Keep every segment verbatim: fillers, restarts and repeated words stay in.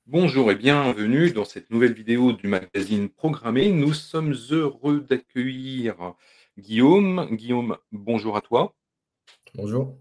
Bonjour et bienvenue dans cette nouvelle vidéo du magazine Programmé. Nous sommes heureux d'accueillir Guillaume. Guillaume, bonjour à toi. Bonjour.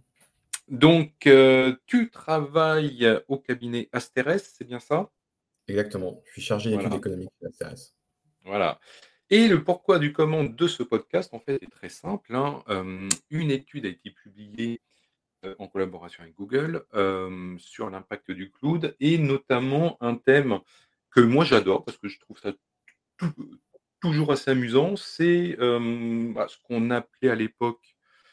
Donc, heu, tu travailles au cabinet Asterès, c'est bien ça? Exactement, je suis chargé d'études Voilà, économiques à la C R S. voilà et le pourquoi du comment de ce podcast, en fait, est très simple, hein. Hem, une étude a été publiée, heu, en collaboration avec Google, hem, sur l'impact du cloud et notamment un thème que moi j'adore parce que je trouve ça tou toujours assez amusant, c'est, hem, bah, ce qu'on appelait à l'époque,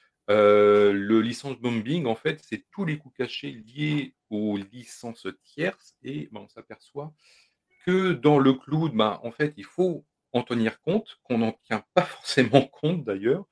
heu, le licence bombing. En fait, c'est tous les coûts cachés liés aux licences tierces et bah, on s'aperçoit que dans le cloud, bah, en fait, il faut en tenir compte, qu'on n'en tient pas forcément compte d'ailleurs.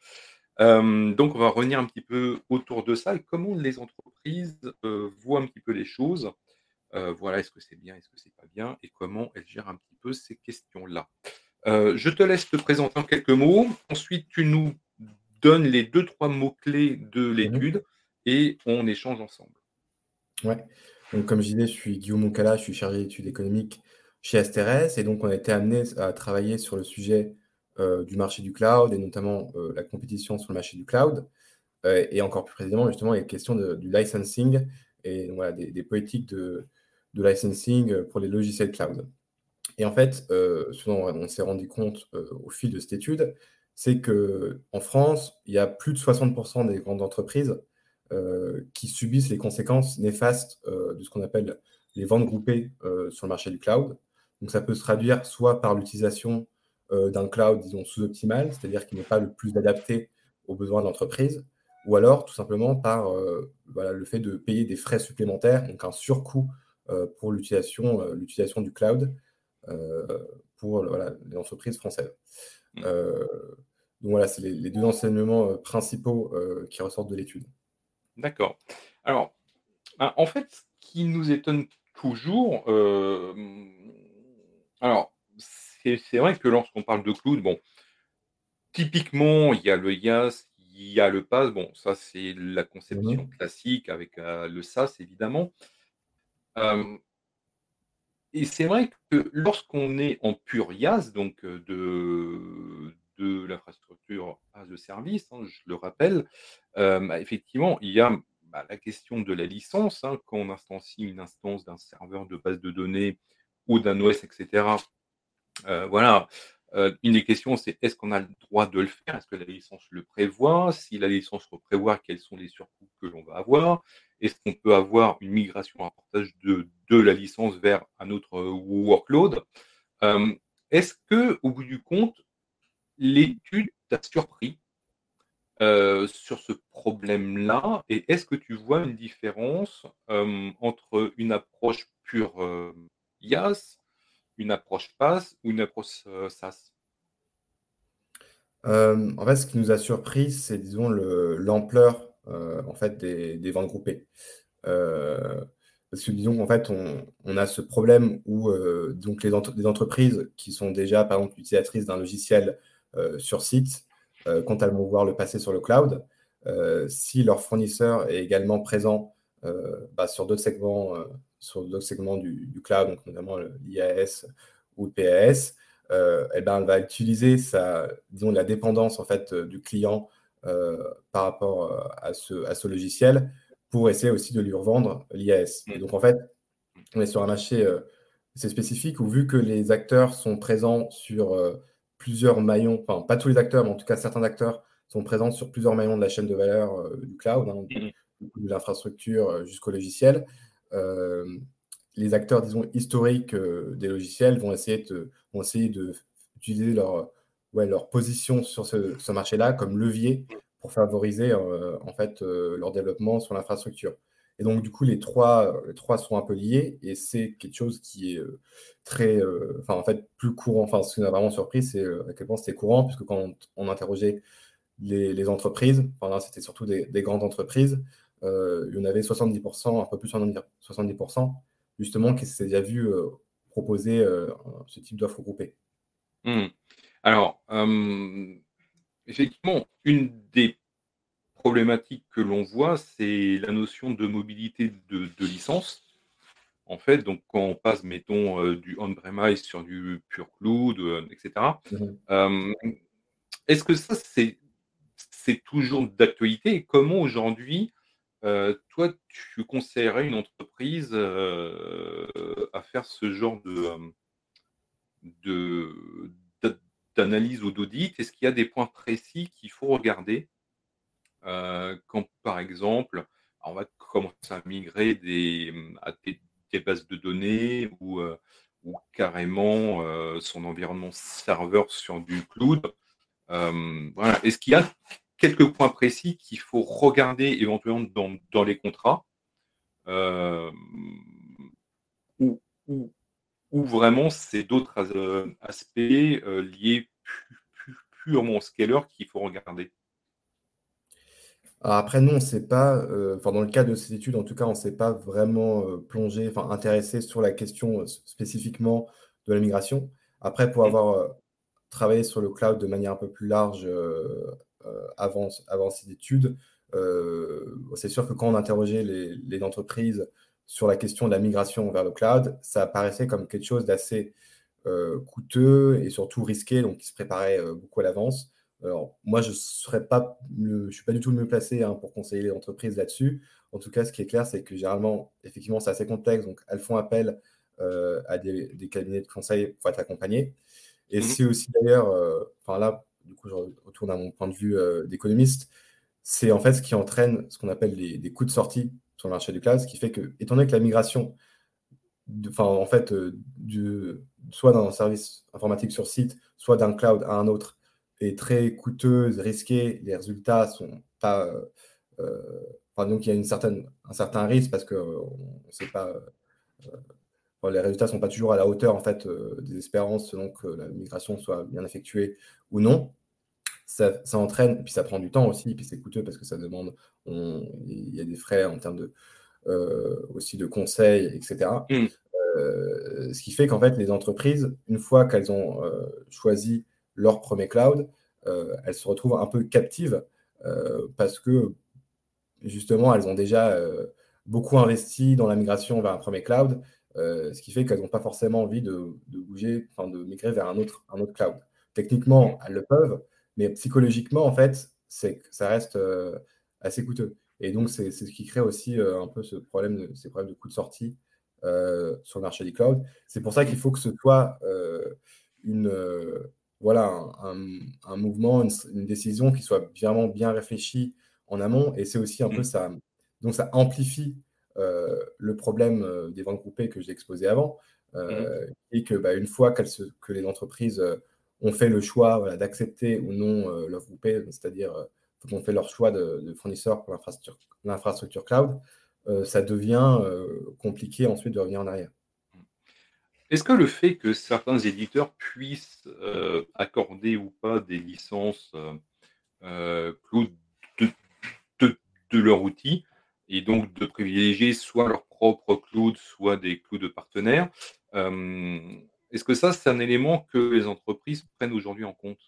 Hem, donc on va revenir un petit peu autour de ça et comment les entreprises, heu, voient un petit peu les choses. Heu, voilà, est-ce que c'est bien, est-ce que c'est pas bien et comment elles gèrent un petit peu ces questions-là. Heu, je te laisse te présenter en quelques mots. Ensuite, tu nous donnes les deux trois mots clés de Mmh mh. l'étude et on échange ensemble. Ouais, donc comme je disais, je suis Guillaume Moncala, je suis chargé d'études économiques chez Asterès et donc on a été amenés à travailler sur le sujet, heu, du marché du cloud et notamment, heu, la compétition sur le marché du cloud, heu et encore plus précisément, justement, les questions de du licensing et donc voilà, des des politiques de de licensing, heu, pour les logiciels cloud. Et en fait, heu, ce dont on s'est rendu compte, heu, au fil de cette étude, c'est qu'en France, il y a plus de soixante des grandes entreprises, heu, qui subissent les conséquences néfastes, heu, de ce qu'on appelle les ventes groupées, heu, sur le marché du cloud. Donc ça peut se traduire soit par l'utilisation, heu, d'un cloud, disons, sous-optimal, c'est-à-dire qui n'est pas le plus adapté aux besoins de l'entreprise, ou alors tout simplement par, heu, voilà, le fait de payer des frais supplémentaires, donc un surcoût, heu, pour l'utilisation, heu, l'utilisation du cloud, heu, pour voilà, les entreprises françaises. Mmh. Heu, donc voilà, c'est les les deux enseignements, heu, principaux, heu, qui ressortent de l'étude. D'accord. Alors, ben, en fait, ce qui nous étonne toujours, hem, alors c'est c'est vrai que lorsqu'on parle de cloud, bon, typiquement, il y a le IaaS, il y a le PaaS. Bon, ça, c'est la Mmh conception mh. classique avec, heu, le SaaS évidemment. Hem Et c'est vrai que lorsqu'on est en pur IaaS, donc heu, de de l'infrastructure as a service, hein, je le rappelle, hem, bah, effectivement, il y a, bah, la question de la licence, hein, quand on instancie une instance d'un serveur de base de données ou d'un O S et cetera. Heu, voilà, heu, une des questions, c'est est-ce qu'on a le droit de le faire? Est-ce que la licence le prévoit? Si la licence le prévoit, quels sont les surcoûts que l'on va avoir? Est-ce qu'on peut avoir une migration, un portage de de la licence vers un autre, heu, workload? Hem, est-ce qu'au bout du compte, l'étude t'a surpris, heu, sur ce problème-là? Et est-ce que tu vois une différence, hem, entre une approche pure, hem, IaaS, une approche PaaS ou une approche, heu, SaaS? Hem, en fait, ce qui nous a surpris, c'est disons le l'ampleur, heu, en fait des des ventes groupées. Heu, Parce que disons qu'en fait, on on a ce problème où, heu, donc les entre les entreprises qui sont déjà, par exemple, utilisatrices d'un logiciel, heu, sur site, heu, quand elles vont vouloir le passer sur le cloud, heu, si leur fournisseur est également présent, heu, bah, sur d'autres segments, heu, sur d'autres segments du du cloud, donc notamment le l'IaaS ou le PaaS, heu et ben, elle va utiliser sa disons la dépendance en fait, heu, du client, heu, par rapport, heu, à ce à ce logiciel pour essayer aussi de lui revendre l'IaaS. Et Mmh, donc en fait, mmh, on est sur un marché, heu, assez spécifique où vu que les acteurs sont présents sur, heu, plusieurs maillons, enfin pas tous les acteurs, mais en tout cas certains acteurs sont présents sur plusieurs maillons de la chaîne de valeur, heu, du cloud, hein, mmh mh. de l'infrastructure, heu, jusqu'au logiciel. Hem, les acteurs, disons, historiques, heu, des logiciels vont essayer de vont essayer de d'utiliser leur, ouais, leur position sur ce ce marché-là comme levier pour favoriser, heu, en fait, heu, leur développement sur l'infrastructure. Et donc du coup, les trois, heu, les trois sont un peu liés et c'est quelque chose qui est, heu, très, heu, enfin, en fait, plus courant. Enfin, ce qui m'a vraiment surpris, c'est, heu, à quel point c'était courant puisque quand on on interrogeait les les entreprises, enfin là, c'était surtout des des grandes entreprises, heu, il y en avait soixante-dix pour cent, un peu plus soixante-dix pour cent justement qui s'étaient déjà vus, heu, proposer, heu, ce type d'offre groupée. Mmh. Alors, hem, effectivement, une des problématiques que l'on voit, c'est la notion de mobilité de de licence. en fait, donc quand on passe, mettons, heu, du on-premise sur du pure cloud, heu, et cetera. Mmh mh. Hem, est-ce que ça, c'est c'est toujours d'actualité et comment aujourd'hui, heu, toi, tu conseillerais une entreprise, heu, à faire ce genre de, hem, de d'a d'analyse ou d'audit? Est-ce qu'il y a des points précis qu'il faut regarder? Heu, quand par exemple, on va commencer à migrer des, mmh, à des des bases de données ou, heu, ou carrément, heu, son environnement serveur sur du cloud. Hem, voilà, est-ce qu'il y a quelques points précis qu'il faut regarder éventuellement dans dans les contrats? Hem, ou ou ou vraiment c'est d'autres as heu, aspects, heu, liés pu pu purement au scaler qu'il faut regarder? Alors après nous, on s'est pas, heu, enfin dans le cadre de ces études en tout cas, on s'est pas vraiment, heu, plongé, enfin intéressé sur la question, heu, s spécifiquement de la migration. Après pour Mmh, avoir, heu, travaillé sur le cloud de manière un peu plus large, heu heu, avant c avant ces études, heu, c'est sûr que quand on interrogeait les les entreprises sur la question de la migration vers le cloud, ça apparaissait comme quelque chose d'assez heu, coûteux et surtout risqué, donc qui se préparait, heu, beaucoup à l'avance. Alors moi, je serais pas le je suis pas du tout le mieux placé, hein, pour conseiller les entreprises là-dessus. En tout cas, ce qui est clair, c'est que généralement, effectivement, c'est assez complexe, donc elles font appel, heu, à des des cabinets de conseil pour être accompagnées et mmh mh, c'est aussi d'ailleurs, heu, enfin là, du coup, je re retourne à mon point de vue, heu, d'économiste, c'est en fait ce qui entraîne ce qu'on appelle les des coûts de sortie sur le marché du cloud, ce qui fait que, étant donné que la migration de enfin, en fait, heu, de soit d'un service informatique sur site, soit d'un cloud à un autre est très coûteuse, risquée. Les résultats sont pas, heu heu, enfin, donc il y a une certaine un certain risque parce qu'on ne sait pas, heu, enfin, les résultats sont pas toujours à la hauteur, en fait, heu, des espérances selon que la migration soit bien effectuée ou non. Ça ça entraîne et puis ça prend du temps aussi et puis c'est coûteux parce que ça demande on il y a des frais en termes de, heu, aussi de conseils et cetera. mmh, Heu, ce qui fait qu'en fait, les entreprises, une fois qu'elles ont, heu, choisi leur premier cloud, heu, elles se retrouvent un peu captives, heu, parce que justement, elles ont déjà, heu, beaucoup investi dans la migration vers un premier cloud, heu, ce qui fait qu'elles n'ont pas forcément envie de de bouger, enfin de migrer vers un autre un autre cloud. mmh, Techniquement, elles le peuvent, mais psychologiquement, en fait, c'est que ça reste, heu, assez coûteux et donc c'est c'est ce qui crée aussi, heu, un peu ce problème de ces problèmes de coûts de sortie, heu, sur le marché du cloud. C'est pour ça mmh, qu'il faut que ce soit, heu, une, heu, voilà, un un un mouvement, une s une décision qui soit vraiment bien réfléchie en amont et c'est aussi un peu mmh, ça donc ça amplifie, heu, le problème, heu, des ventes groupées que j'ai exposé avant, mmh. heu et que, bah, une fois qu'elles se que les entreprises, heu, ont fait le choix, voilà, d'accepter ou non, heu, l'offre groupée, c'est-à-dire, heu, quand on fait leur choix de de fournisseur pour l'infrastructure l'infrastructure cloud, heu, ça devient, heu, compliqué ensuite de revenir en arrière. Est-ce que le fait que certains éditeurs puissent, heu, accorder ou pas des licences, heu heu, cloud de de de leur outil et donc de privilégier soit leur propre cloud, soit des clouds partenaires, hem, est-ce que ça, c'est un élément que les entreprises prennent aujourd'hui en compte?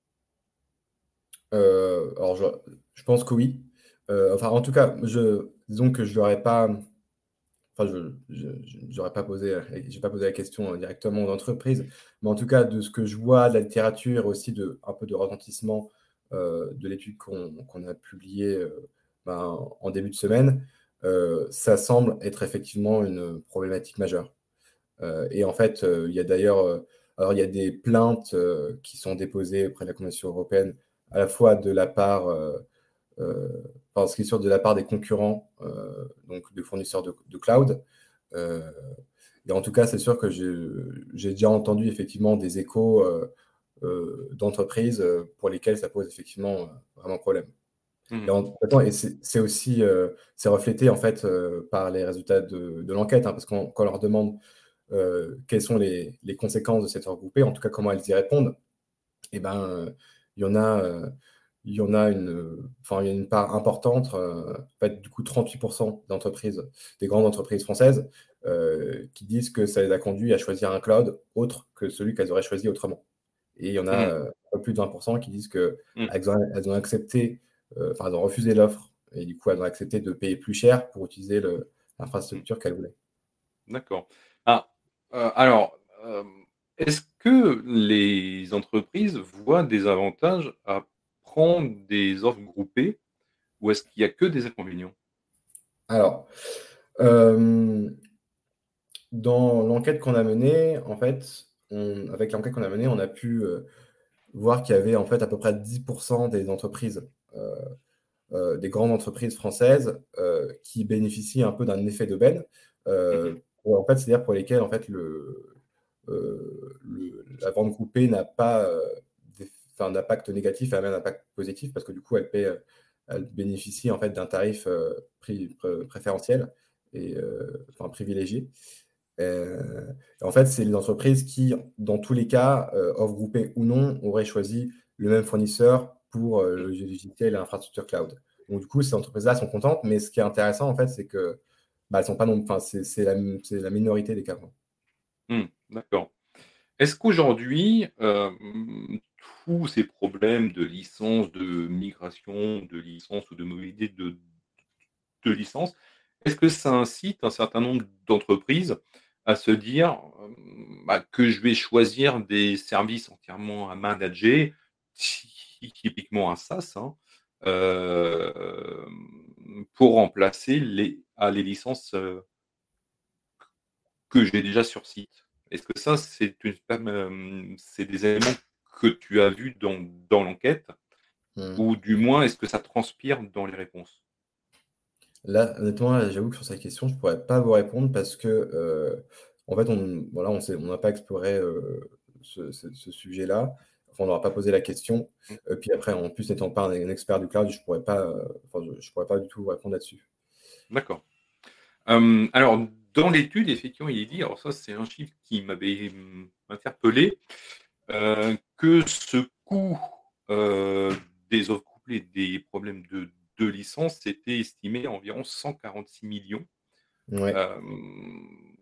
Heu, alors je je pense que oui, heu, enfin en tout cas, je disons que je leur ai pas enfin, je je je j'aurais pas posé, heu, j'ai pas posé la question, heu, directement aux entreprises, mais en tout cas, de ce que je vois, de la littérature, aussi de un peu de retentissement, heu, de l'étude qu'on qu'on a publiée, heu, ben, en début de semaine, heu, ça semble être effectivement une problématique majeure. Heu et en fait, heu, il y a d'ailleurs, heu, alors il y a des plaintes, heu, qui sont déposées auprès de la Commission européenne, à la fois de la part, heu heu, enfin, ce qui est sûr de la part des concurrents, heu, donc de fournisseurs de de cloud. Heu et en tout cas, c'est sûr que je j'ai déjà entendu effectivement des échos, heu heu, d'entreprises, heu, pour lesquelles ça pose effectivement, heu, vraiment problème. Et Mmh. en attends et c'est c'est aussi, heu, c'est reflété en fait, heu, par les résultats de de l'enquête, hein, parce qu'on quand on leur demande, heu, quelles sont les les conséquences de s'être regroupées, en tout cas comment elles y répondent et ben, heu, il y en a, heu, il y en a une, heu, enfin, il y a une part importante, heu, en fait, du coup, trente-huit d'entreprises, des grandes entreprises françaises, heu, qui disent que ça les a conduits à choisir un cloud autre que celui qu'elles auraient choisi autrement. Et il y en a, Mmh. heu, un peu plus de vingt qui disent qu'elles Mmh. ont elles ont accepté, heu, enfin, elles ont refusé l'offre et du coup, elles ont accepté de payer plus cher pour utiliser le Mmh. l'infrastructure qu'elles voulaient. D'accord. Ah, heu, alors, hem, est-ce que les entreprises voient des avantages à prendre des offres groupées ou est-ce qu'il y a que des inconvénients? Alors, hem, dans l'enquête qu'on a menée, en fait, on avec l'enquête qu'on a menée, on a pu, heu, voir qu'il y avait, en fait, à peu près dix des entreprises, heu heu, des grandes entreprises françaises, heu, qui bénéficient un peu d'un effet d'aubaine, Mmh mh. heu, pour en fait, c'est-à-dire pour lesquelles, en fait, le, heu, le la vente groupée n'a pas, heu, d'eff enfin, d'impact négatif, elle a même un impact positif parce que du coup, elle paie, heu, elle bénéficie, en fait, d'un tarif, heu, pri pré préférentiel et heu, enfin privilégié. Heu, en fait, c'est les entreprises qui, dans tous les cas, heu, offre groupée ou non, auraient choisi le même fournisseur pour, heu, le Mmh. logiciel et l'infrastructure cloud. Donc du coup, ces entreprises-là sont contentes, mais ce qui est intéressant, en fait, c'est que, bah, elles sont pas non enfin, c'est c'est la m c'est la minorité des cas, quoi. Mmh, d'accord. Est-ce qu'aujourd'hui, hem, tous ces problèmes de licence, de migration, de licence ou de mobilité de de licence, est-ce que ça incite un certain nombre d'entreprises à se dire, hem, bah, que je vais choisir des services entièrement à manager, ty typiquement un SaaS, hein, hem, pour remplacer les ah, les licences, heu, que j'ai déjà sur site? Est-ce que ça, c'est une spam, hem, c'est des éléments que tu as vus dans dans l'enquête? Mmh. Ou du moins, est-ce que ça transpire dans les réponses? Là, honnêtement, là, j'avoue que sur cette question, je pourrais pas vous répondre parce que, heu, en fait, on voilà, on s'est on n'a pas exploré, heu, ce ce ce sujet-là. Enfin, on n'aura pas posé la question. Mmh, Heu, puis après, en plus, n'étant pas un un expert du cloud, je pourrais pas, heu, enfin, je je pourrais pas du tout vous répondre là-dessus. d'accord. Hem, alors dans l'étude, effectivement, il est dit, alors ça, c'est un chiffre qui m'avait, mmh, interpellé, heu, que ce coût, heu, des offres couplées des problèmes de de licence était estimé à environ cent quarante-six millions. Ouais. Hem,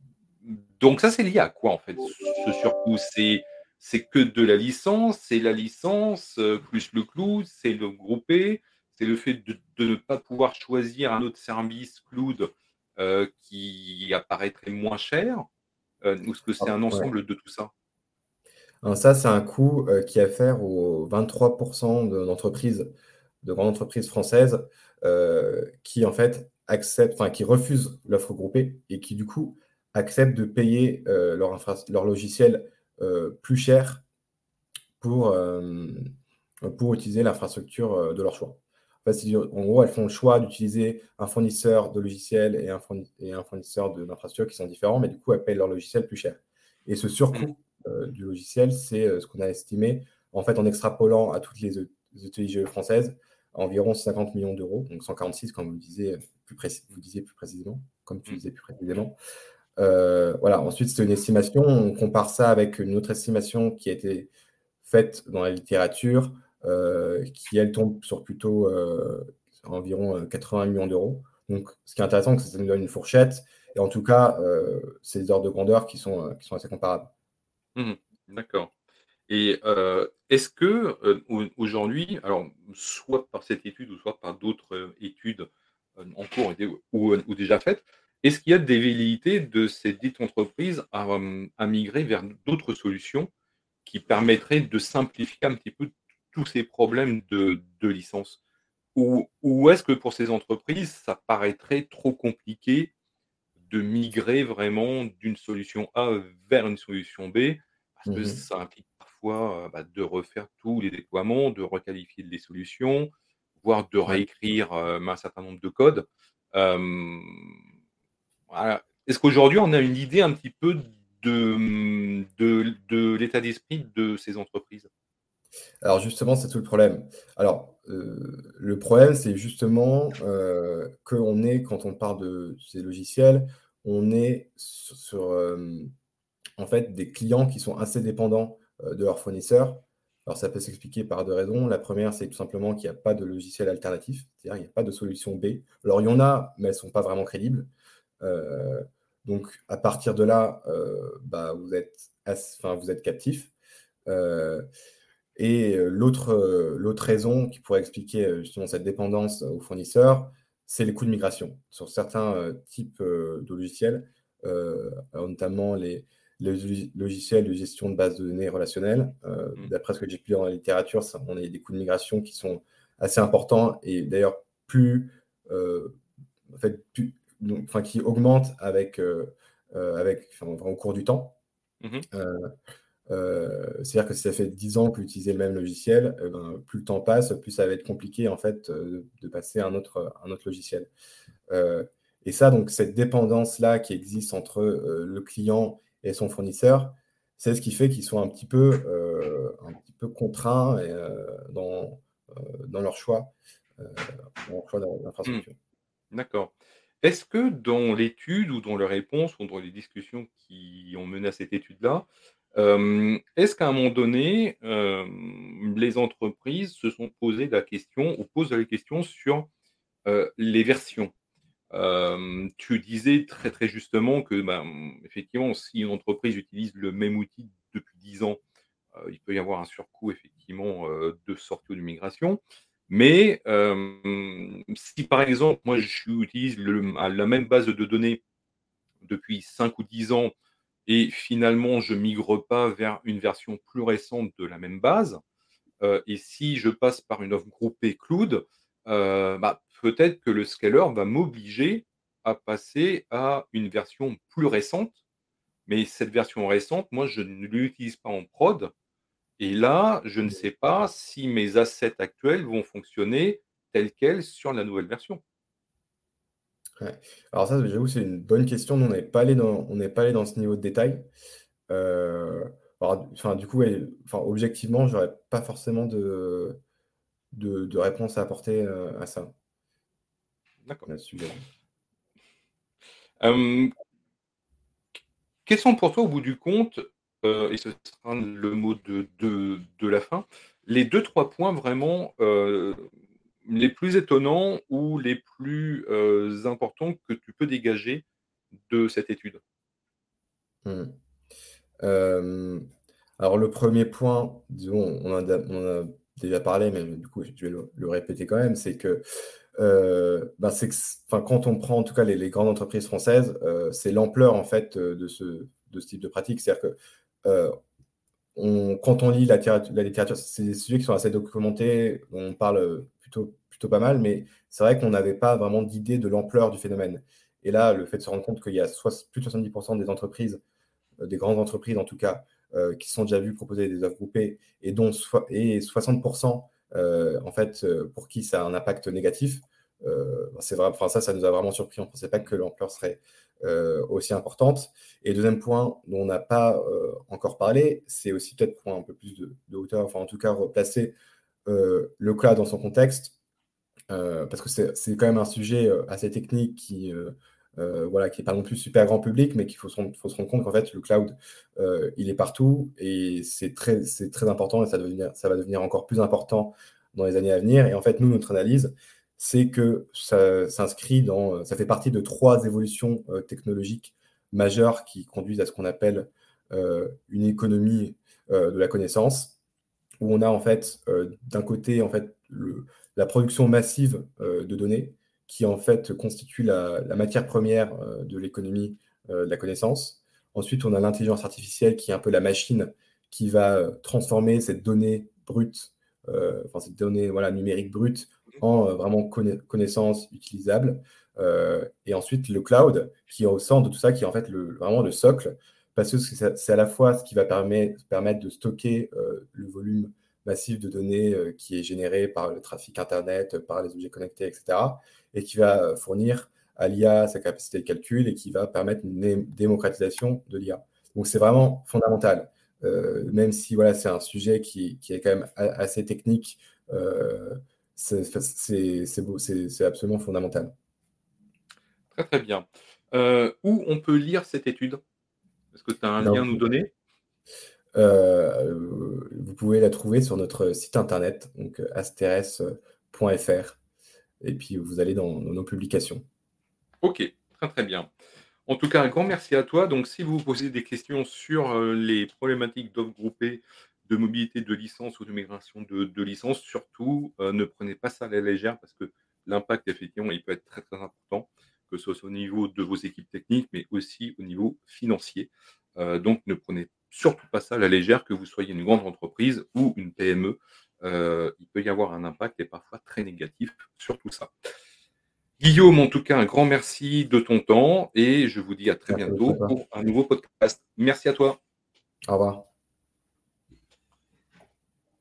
donc ça, c'est lié à quoi, en fait, ce surcoût? C'est c'est que de la licence? C'est la licence, heu, plus le cloud? C'est le groupé? C'est le fait de de ne pas pouvoir choisir un autre service cloud, heu, qui apparaîtrait moins cher? Heu, ou est-ce que c'est Ah, un ouais. ensemble de tout ça? Alors ça, c'est un coût, heu, qui est offert aux vingt-trois de d'entreprises, de grandes entreprises françaises, heu, qui en fait acceptent enfin qui refusent l'offre groupée et qui du coup acceptent de payer, heu, leur infras leur logiciel, heu, plus cher pour, hem, pour utiliser l'infrastructure, heu, de leur choix. En fait, c'est en gros, elles font le choix d'utiliser un fournisseur de logiciels et un fourni et un fournisseur de d'infrastructures qui sont différents, mais du coup, elles payent leur logiciel plus cher et ce Mmh, surcoût, heu, du logiciel, c'est, heu, ce qu'on a estimé, en fait, en extrapolant à toutes les E les E T I G E françaises, à environ cinquante millions d'euros, donc cent quarante-six comme vous le disiez, plus précis vous disiez plus précisément, comme tu mmh, disais plus précisément. Heu, voilà, ensuite, c'est une estimation, on compare ça avec une autre estimation qui a été faite dans la littérature, heu, qui elle tombe sur plutôt, heu, environ, heu, quatre-vingts millions d'euros. Donc ce qui est intéressant, c'est que ça nous donne une fourchette et en tout cas, heu, c'est des ordres de grandeur qui sont, heu, qui sont assez comparables. mmh. D'accord. Et heu, est-ce que, heu, au aujourd'hui, alors soit par cette étude ou soit par d'autres, heu, études, heu, en cours et des ou, heu, ou déjà faites, est-ce qu'il y a des velléités de ces dites entreprises à, hem, à migrer vers d'autres solutions qui permettraient de simplifier un petit peu tous ces problèmes de de licence? Ou ou est-ce que pour ces entreprises, ça paraîtrait trop compliqué de migrer vraiment d'une solution A vers une solution B, parce que Mmh. ça implique parfois, heu, bah, de refaire tous les déploiements, de requalifier les solutions, voire de Ouais. réécrire, hem, un certain nombre de codes. Hem, voilà. Est-ce qu'aujourd'hui on a une idée un petit peu de, mmh, de de l'état d'esprit de ces entreprises? Alors justement, c'est tout le problème. Alors, heu, le problème, c'est justement, heu, qu'on est quand on parle de ces logiciels, on est sur sur, hem en fait, des clients qui sont assez dépendants, heu, de leurs fournisseurs. Alors ça peut s'expliquer par deux raisons. La première, c'est tout simplement qu'il y a pas de logiciel alternatif, c'est-à-dire il y a pas de solution B. Alors il y en a, mais elles sont pas vraiment crédibles. Heu, donc à partir de là, heu, bah, vous êtes ass enfin, vous êtes captif. Heu et heu, l'autre, heu, l'autre raison qui pourrait expliquer, heu, justement cette dépendance aux fournisseurs, c'est les coûts de migration. Sur certains, heu, types, heu, de logiciels, heu, alors notamment les les logis logiciels de gestion de bases de données relationnelles. Heu, Mmh. d'après ce que j'ai pu lire dans la littérature, ça on a des coûts de migration qui sont assez importants et d'ailleurs plus, heu, en fait, plus donc enfin qui augmentent avec, heu heu, avec enfin au cours du temps. Mmh mh. Heu heu, c'est-à-dire que si ça fait dix ans que vous utilisez le même logiciel, et ben, plus le temps passe, plus ça va être compliqué en fait, heu, de passer à un autre, un autre logiciel. Heu et ça donc cette dépendance-là qui existe entre, heu, le client et son fournisseur, c'est ce qui fait qu'ils sont un petit peu, heu, un petit peu contraints et heu, dans, heu, dans leur choix, heu, dans leur choix d'in Mmh. d'infrastructure. D'accord. Est-ce que dans l'étude ou dans les réponses ou dans les discussions qui ont mené à cette étude-là, hem, est-ce qu'à un moment donné, hem, les entreprises se sont posées la question ou posent la question sur, heu, les versions? Hem, tu disais très, très justement que, ben, effectivement, si une entreprise utilise le même outil depuis dix ans, heu, il peut y avoir un surcoût effectivement, heu, de sortie ou de migration. Mais, hem, si par exemple, moi j'utilise le à la même base de données depuis cinq ou dix ans et finalement je migre pas vers une version plus récente de la même base, heu et si je passe par une offre groupée cloud, heu, bah, peut-être que le scaler va m'obliger à passer à une version plus récente. Mais cette version récente, moi je ne l'utilise pas en prod et là, je ne sais pas si mes assets actuels vont fonctionner tels quels sur la nouvelle version. Ouais. Alors ça, j'avoue, c'est une bonne question. Nous, on n'est pas allé dans on n'est pas allé dans ce niveau de détail. Heu, alors, enfin, du coup, ouais, enfin, objectivement, j'aurais pas forcément de de de réponse à apporter, heu, à ça, D'accord. à ce sujet. Hem, quels sont pour toi, au bout du compte, heu, et ce sera le mot de de de la fin, les deux trois points vraiment, heu, les plus étonnants ou les plus, heu, importants que tu peux dégager de cette étude? Mmh. Hem, alors le premier point, disons, on en a on en a déjà parlé, mais du coup, je vais le le répéter quand même, c'est que, heu, bah, c'est que c enfin, quand on prend en tout cas les les grandes entreprises françaises, heu, c'est l'ampleur en fait, heu, de ce de ce type de pratique. C'est-à-dire que, heu, on quand on lit la littérature la littérature, c'est des sujets qui sont assez documentés, on parle, heu, plutôt plutôt pas mal, mais c'est vrai qu'on n'avait pas vraiment d'idée de l'ampleur du phénomène et là, le fait de se rendre compte qu'il y a soix plus de soixante-dix des entreprises, heu, des grandes entreprises en tout cas, heu, qui se sont déjà vues proposer des offres groupées et dont soi et soixante heu, en fait, heu, pour qui ça a un impact négatif, heu, bah, c'est vrai enfin ça, ça nous a vraiment surpris. On pensait pas que l'ampleur serait, heu, aussi importante et deuxième point dont on n'a pas, heu, encore parlé, c'est aussi peut-être prendre un peu plus de de hauteur, enfin en tout cas replacer, heu, le cloud dans son contexte. Heu, parce que c'est c'est quand même un sujet, heu, assez technique qui, heu heu, voilà, qui est pas non plus super grand public, mais qu'il faut se rendre faut se rendre compte qu'en fait, le cloud, heu, il est partout et c'est très c'est très important et ça devenir ça va devenir encore plus important dans les années à venir et en fait, nous, notre analyse, c'est que ça s'inscrit dans, heu, ça fait partie de trois évolutions, heu, technologiques majeures qui conduisent à ce qu'on appelle, heu, une économie, heu, de la connaissance où on a en fait, heu, d'un côté, en fait, le la production massive, heu, de données qui, en fait, constitue la la matière première, heu, de l'économie, heu, de la connaissance. Ensuite, on a l'intelligence artificielle qui est un peu la machine qui va, heu, transformer cette donnée brute, heu, enfin cette donnée, voilà, numérique brute Mmh. en, heu, vraiment connais connaissance utilisable. Heu et ensuite le cloud qui est au centre de tout ça, qui est en fait le vraiment le socle parce que c'est c'est à la fois ce qui va permet permettre de stocker, heu, le volume massif de données, heu, qui est généré par le trafic internet, par les objets connectés et cetera et qui va, heu, fournir à l'I A sa capacité de calcul et qui va permettre une dé démocratisation de l'I A. Donc c'est vraiment fondamental, heu, même si voilà, c'est un sujet qui qui est quand même a assez technique, heu, c'est c'est c'est beau c'est c'est absolument fondamental. Très, très bien. Heu, où on peut lire cette étude? Est-ce que tu as un lien à Donc nous donner? Heu, vous pouvez la trouver sur notre site internet, donc heu, asteres point f r et puis vous allez dans dans nos publications. OK, très, très bien. En tout cas, un grand merci à toi. Donc, si vous vous posez des questions sur, heu, les problématiques d'offres groupées, de mobilité de licence ou de migration de de licence, surtout, heu, ne prenez pas ça à la légère parce que l'impact, effectivement, il peut être très, très important. que ce soit au niveau de vos équipes techniques, mais aussi au niveau financier. Heu, donc ne prenez surtout pas ça à la légère, que vous soyez une grande entreprise ou une P M E. Heu, il peut y avoir un impact et parfois très négatif sur tout ça. Guillaume, en tout cas, un grand merci de ton temps et je vous dis à très Merci beaucoup à bientôt toi. pour un nouveau podcast. Merci à toi. Au revoir.